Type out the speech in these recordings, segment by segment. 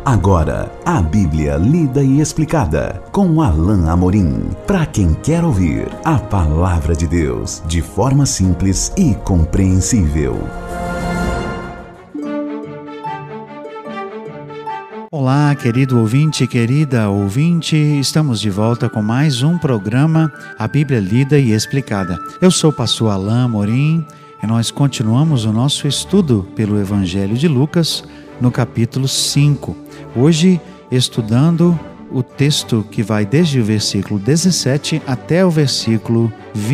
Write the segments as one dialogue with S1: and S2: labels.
S1: Agora, a Bíblia lida e explicada com Alain Amorim. Para quem quer ouvir a Palavra de Deus de forma simples e compreensível.
S2: Olá, querido ouvinte, querida ouvinte, estamos de volta com mais um programa, a Bíblia lida e explicada. Eu sou o pastor Alain Amorim e nós continuamos o nosso estudo pelo Evangelho de Lucas no capítulo 5. Hoje, estudando o texto que vai desde o versículo 17 até o versículo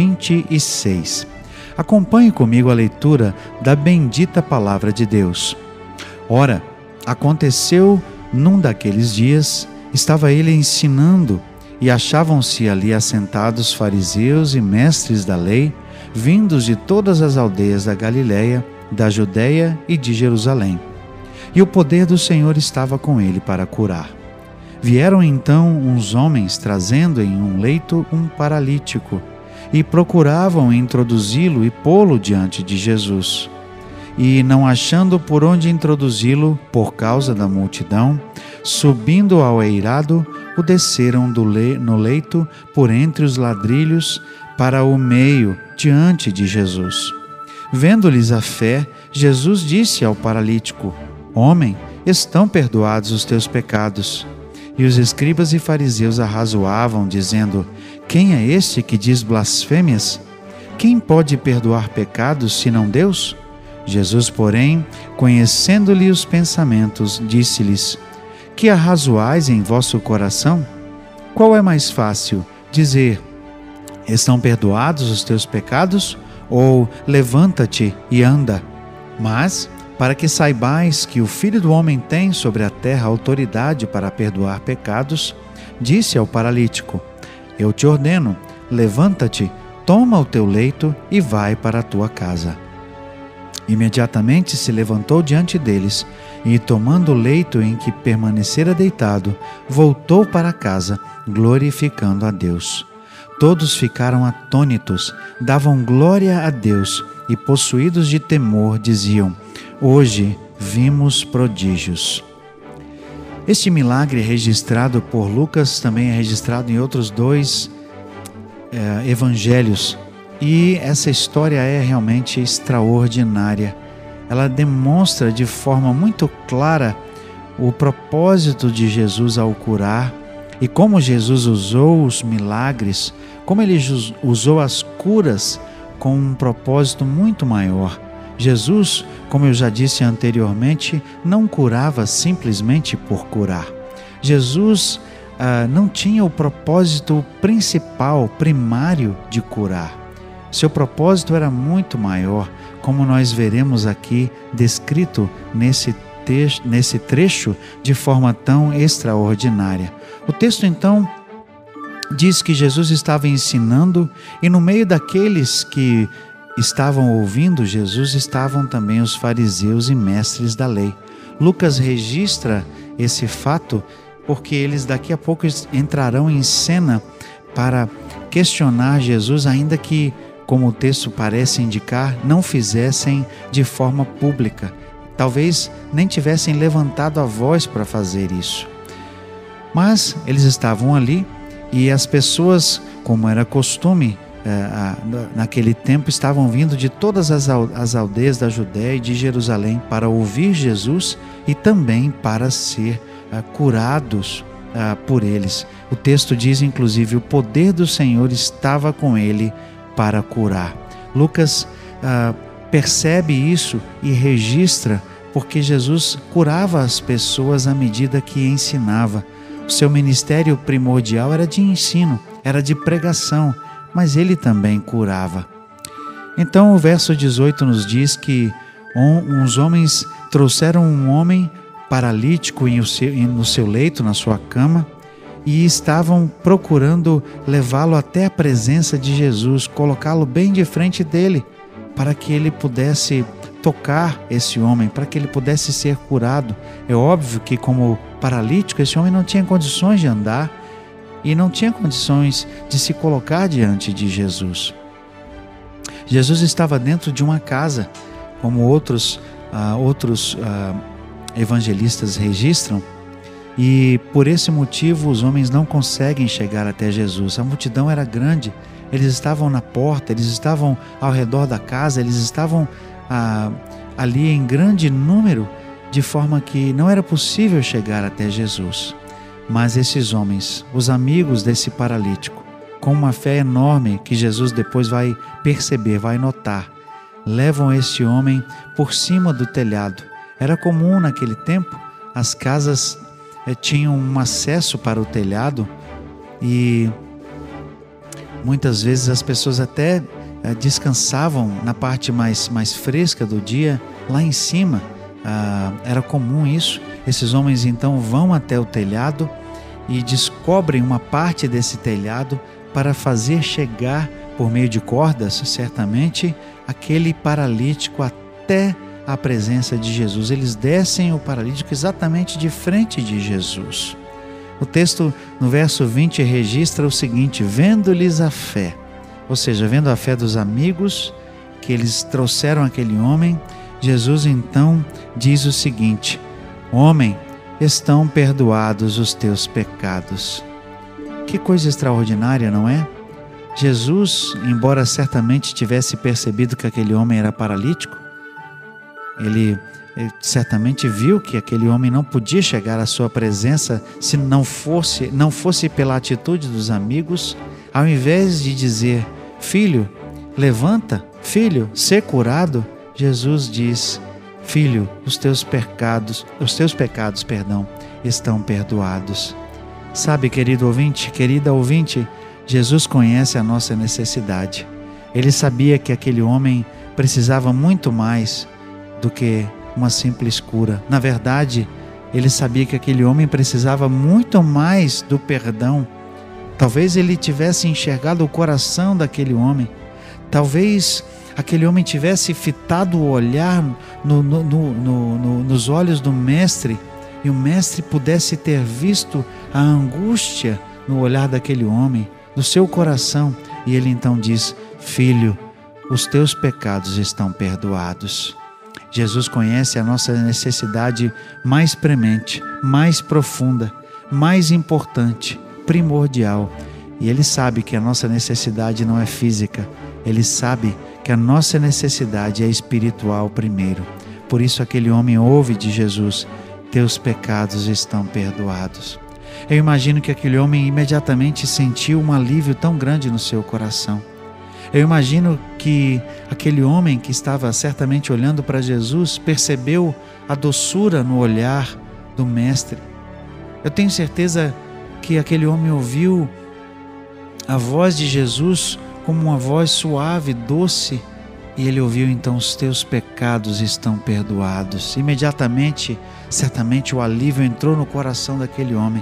S2: 26. Acompanhe comigo a leitura da bendita palavra de Deus. Ora, aconteceu num daqueles dias, estava ele ensinando, e achavam-se ali assentados fariseus e mestres da lei, vindos de todas as aldeias da Galileia, da Judeia e de Jerusalém. E o poder do Senhor estava com ele para curar. Vieram então uns homens trazendo em um leito um paralítico, e procuravam introduzi-lo e pô-lo diante de Jesus. E não achando por onde introduzi-lo, por causa da multidão, subindo ao eirado, o desceram no leito por entre os ladrilhos para o meio, diante de Jesus. Vendo-lhes a fé, Jesus disse ao paralítico: Homem, estão perdoados os teus pecados. E os escribas e fariseus arrazoavam, dizendo: Quem é este que diz blasfêmias? Quem pode perdoar pecados, senão Deus? Jesus, porém, conhecendo-lhe os pensamentos, disse-lhes: Que arrazoais em vosso coração? Qual é mais fácil, dizer: Estão perdoados os teus pecados? Ou levanta-te e anda? Mas, para que saibais que o Filho do Homem tem sobre a terra autoridade para perdoar pecados, disse ao paralítico: Eu te ordeno, levanta-te, toma o teu leito e vai para a tua casa. Imediatamente se levantou diante deles e, tomando o leito em que permanecera deitado, voltou para casa, glorificando a Deus. Todos ficaram atônitos, davam glória a Deus e, possuídos de temor, diziam: Hoje vimos prodígios. Este milagre registrado por Lucas também é registrado em outros dois evangelhos. E essa história é realmente extraordinária. Ela demonstra de forma muito clara o propósito de Jesus ao curar e como Jesus usou os milagres, como ele usou as curas com um propósito muito maior. Jesus, como eu já disse anteriormente, não curava simplesmente por curar. Jesus não tinha o propósito principal, primário de curar. Seu propósito era muito maior, como nós veremos aqui descrito nesse trecho de forma tão extraordinária. O texto então diz que Jesus estava ensinando e no meio daqueles que estavam ouvindo Jesus estavam também os fariseus e mestres da lei. Lucas registra esse fato porque eles daqui a pouco entrarão em cena para questionar Jesus, ainda que, como o texto parece indicar, não fizessem de forma pública. Talvez nem tivessem levantado a voz para fazer isso. Mas eles estavam ali e as pessoas, como era costume naquele tempo, estavam vindo de todas as aldeias da Judéia e de Jerusalém para ouvir Jesus e também para ser curados por eles. O texto diz, inclusive, o poder do Senhor estava com ele para curar. Lucas percebe isso e registra porque Jesus curava as pessoas à medida que ensinava. O seu ministério primordial era de ensino, era de pregação, mas ele também curava. Então o verso 18 nos diz que uns homens trouxeram um homem paralítico no seu leito, na sua cama, e estavam procurando levá-lo até a presença de Jesus, colocá-lo bem de frente dele, para que ele pudesse tocar esse homem, para que ele pudesse ser curado. É óbvio que, como paralítico, esse homem não tinha condições de andar e não tinha condições de se colocar diante de Jesus. Jesus estava dentro de uma casa, como outros evangelistas registram, E por esse motivo os homens não conseguem chegar até Jesus. A multidão era grande, eles estavam na porta, eles estavam ao redor da casa, eles estavam ali em grande número, de forma que não era possível chegar até Jesus. Mas esses homens, os amigos desse paralítico, com uma fé enorme que Jesus depois vai perceber, vai notar, levam esse homem por cima do telhado. Era comum naquele tempo, as casas tinham um acesso para o telhado e muitas vezes as pessoas até descansavam na parte mais fresca do dia, lá em cima. Era comum isso. Esses homens então vão até o telhado e descobrem uma parte desse telhado para fazer chegar, por meio de cordas, certamente, aquele paralítico até a presença de Jesus. Eles descem o paralítico exatamente de frente de Jesus. O texto, no verso 20, registra o seguinte: vendo-lhes a fé, ou seja, vendo a fé dos amigos que eles trouxeram aquele homem, Jesus então diz o seguinte: homem, estão perdoados os teus pecados. Que coisa extraordinária, não é? Jesus, embora certamente tivesse percebido que aquele homem era paralítico, ele certamente viu que aquele homem não podia chegar à sua presença se não fosse pela atitude dos amigos. Ao invés de dizer: filho, levanta, filho, ser curado, Jesus diz: filho, os teus pecados, estão perdoados. Sabe, querido ouvinte, querida ouvinte, Jesus conhece a nossa necessidade. Ele sabia que aquele homem precisava muito mais do que uma simples cura. Na verdade, ele sabia que aquele homem precisava muito mais do perdão. Talvez ele tivesse enxergado o coração daquele homem. Talvez aquele homem tivesse fitado o olhar nos olhos do mestre, e o mestre pudesse ter visto a angústia no olhar daquele homem, no seu coração, e ele então diz: filho, os teus pecados estão perdoados. Jesus conhece a nossa necessidade mais premente, mais profunda, mais importante, primordial, e Ele sabe que a nossa necessidade não é física. Ele sabe que a nossa necessidade é espiritual primeiro. Por isso aquele homem ouve de Jesus: teus pecados estão perdoados. Eu imagino que aquele homem imediatamente sentiu um alívio tão grande no seu coração. Eu imagino que aquele homem que estava certamente olhando para Jesus percebeu a doçura no olhar do mestre. Eu tenho certeza que aquele homem ouviu a voz de Jesus como uma voz suave, doce, e ele ouviu então: os teus pecados estão perdoados. Imediatamente, certamente o alívio entrou no coração daquele homem.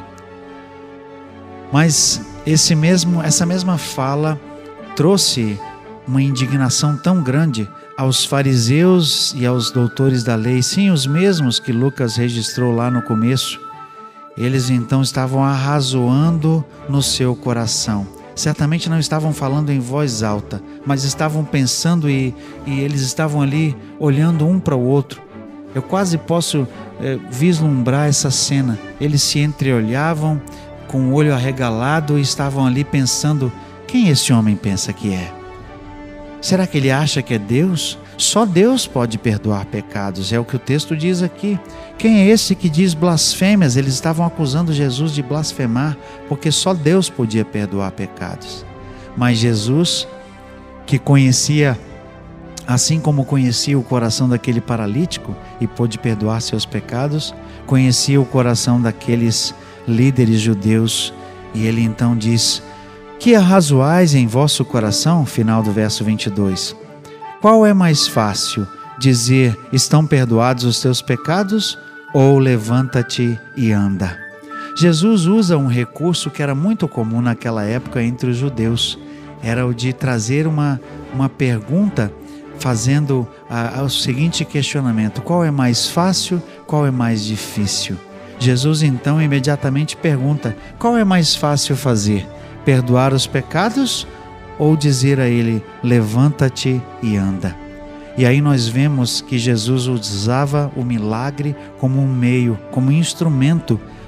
S2: Mas essa mesma fala trouxe uma indignação tão grande aos fariseus e aos doutores da lei, sim, os mesmos que Lucas registrou lá no começo. Eles então estavam arrazoando no seu coração. Certamente não estavam falando em voz alta, mas estavam pensando e eles estavam ali olhando um para o outro. Eu quase posso vislumbrar essa cena. Eles se entreolhavam com o olho arregalado e estavam ali pensando: quem esse homem pensa que é? Será que ele acha que é Deus? Só Deus pode perdoar pecados, é o que o texto diz aqui. Quem é esse que diz blasfêmias? Eles estavam acusando Jesus de blasfemar, porque só Deus podia perdoar pecados. Mas Jesus, que conhecia, assim como conhecia o coração daquele paralítico e pôde perdoar seus pecados, conhecia o coração daqueles líderes judeus, e ele então diz: que arrazoais em vosso coração? Final do verso 22. Qual é mais fácil, dizer: estão perdoados os teus pecados, ou levanta-te e anda? Jesus usa um recurso que era muito comum naquela época entre os judeus. Era o de trazer uma pergunta fazendo o seguinte questionamento: qual é mais fácil, qual é mais difícil? Jesus então imediatamente pergunta: qual é mais fácil fazer? Perdoar os pecados ou dizer a ele: levanta-te e anda? E aí nós vemos que Jesus usava o milagre como um meio, como um instrumento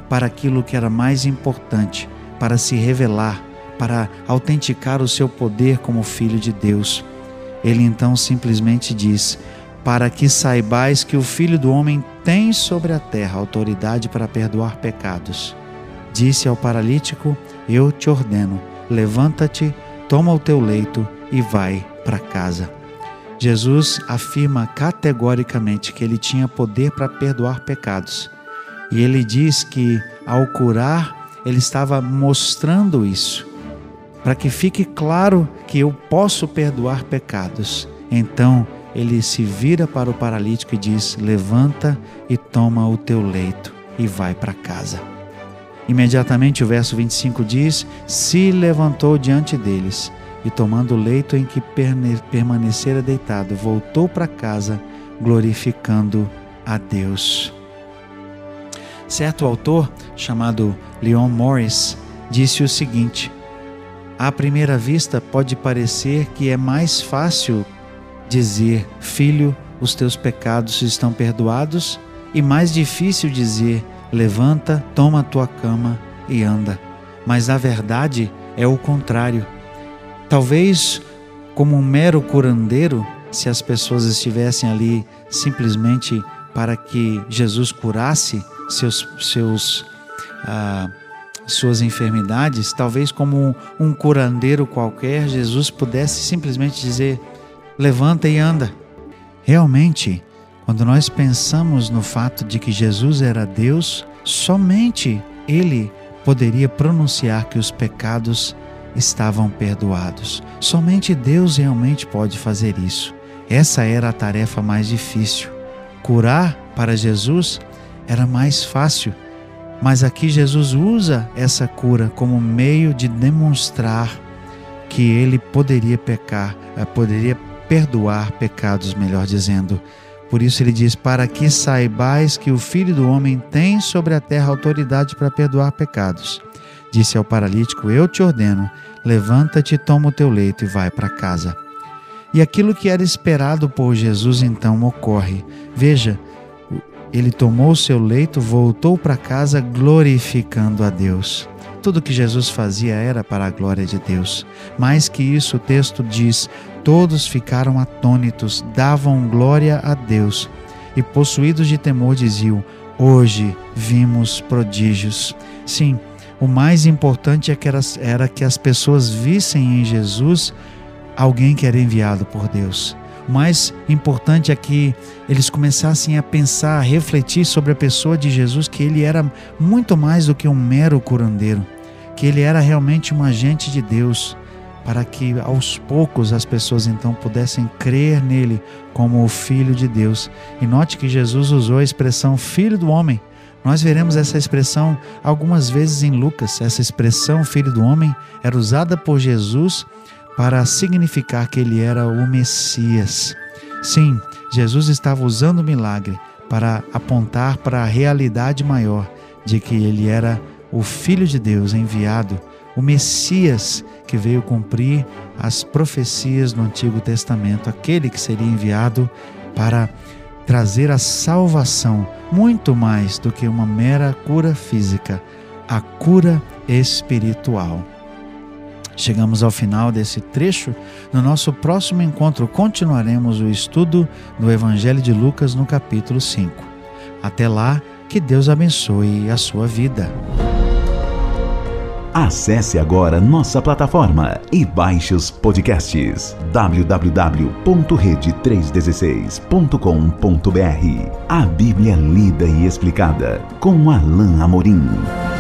S2: para aquilo que era mais importante, para se revelar, para autenticar o seu poder como Filho de Deus. Ele então simplesmente diz: para que saibais que o Filho do Homem tem sobre a terra autoridade para perdoar pecados. Disse ao paralítico: eu te ordeno, levanta-te, toma o teu leito e vai para casa. Jesus afirma categoricamente que ele tinha poder para perdoar pecados. E ele diz que ao curar, ele estava mostrando isso, para que fique claro que eu posso perdoar pecados. Então ele se vira para o paralítico e diz: levanta e toma o teu leito e vai para casa. Imediatamente o verso 25 diz: se levantou diante deles e, tomando o leito em que permanecera deitado, voltou para casa glorificando a Deus. Certo autor chamado Leon Morris disse o seguinte: à primeira vista pode parecer que é mais fácil dizer: filho, os teus pecados estão perdoados, e mais difícil dizer: levanta, toma a tua cama e anda. Mas a verdade é o contrário. Talvez como um mero curandeiro, se as pessoas estivessem ali simplesmente para que Jesus curasse suas enfermidades, talvez como um curandeiro qualquer, Jesus pudesse simplesmente dizer: levanta e anda. Realmente, quando nós pensamos no fato de que Jesus era Deus, somente Ele poderia pronunciar que os pecados estavam perdoados. Somente Deus realmente pode fazer isso. Essa era a tarefa mais difícil. Curar para Jesus era mais fácil, mas aqui Jesus usa essa cura como meio de demonstrar que Ele poderia perdoar pecados, melhor dizendo. Por isso ele diz: para que saibais que o Filho do Homem tem sobre a terra autoridade para perdoar pecados. Disse ao paralítico: eu te ordeno, levanta-te, toma o teu leito e vai para casa. E aquilo que era esperado por Jesus então ocorre. Veja, ele tomou o seu leito, voltou para casa glorificando a Deus. Tudo que Jesus fazia era para a glória de Deus. Mais que isso, o texto diz: todos ficaram atônitos, davam glória a Deus e, possuídos de temor, diziam: hoje vimos prodígios. Sim, o mais importante era que as pessoas vissem em Jesus alguém que era enviado por Deus. O mais importante é que eles começassem a pensar, a refletir sobre a pessoa de Jesus, que ele era muito mais do que um mero curandeiro, que ele era realmente um agente de Deus, para que aos poucos as pessoas então pudessem crer nele como o Filho de Deus. E note que Jesus usou a expressão Filho do Homem. Nós veremos essa expressão algumas vezes em Lucas. Essa expressão Filho do Homem era usada por Jesus para significar que ele era o Messias. Sim, Jesus estava usando o milagre para apontar para a realidade maior de que ele era o Filho de Deus enviado, o Messias que veio cumprir as profecias do Antigo Testamento, aquele que seria enviado para trazer a salvação, muito mais do que uma mera cura física, a cura espiritual. Chegamos ao final desse trecho. No nosso próximo encontro continuaremos o estudo do Evangelho de Lucas no capítulo 5. Até lá, que Deus abençoe a sua vida.
S1: Acesse agora nossa plataforma e baixe os podcasts www.rede316.com.br. A Bíblia lida e explicada com Alain Amorim.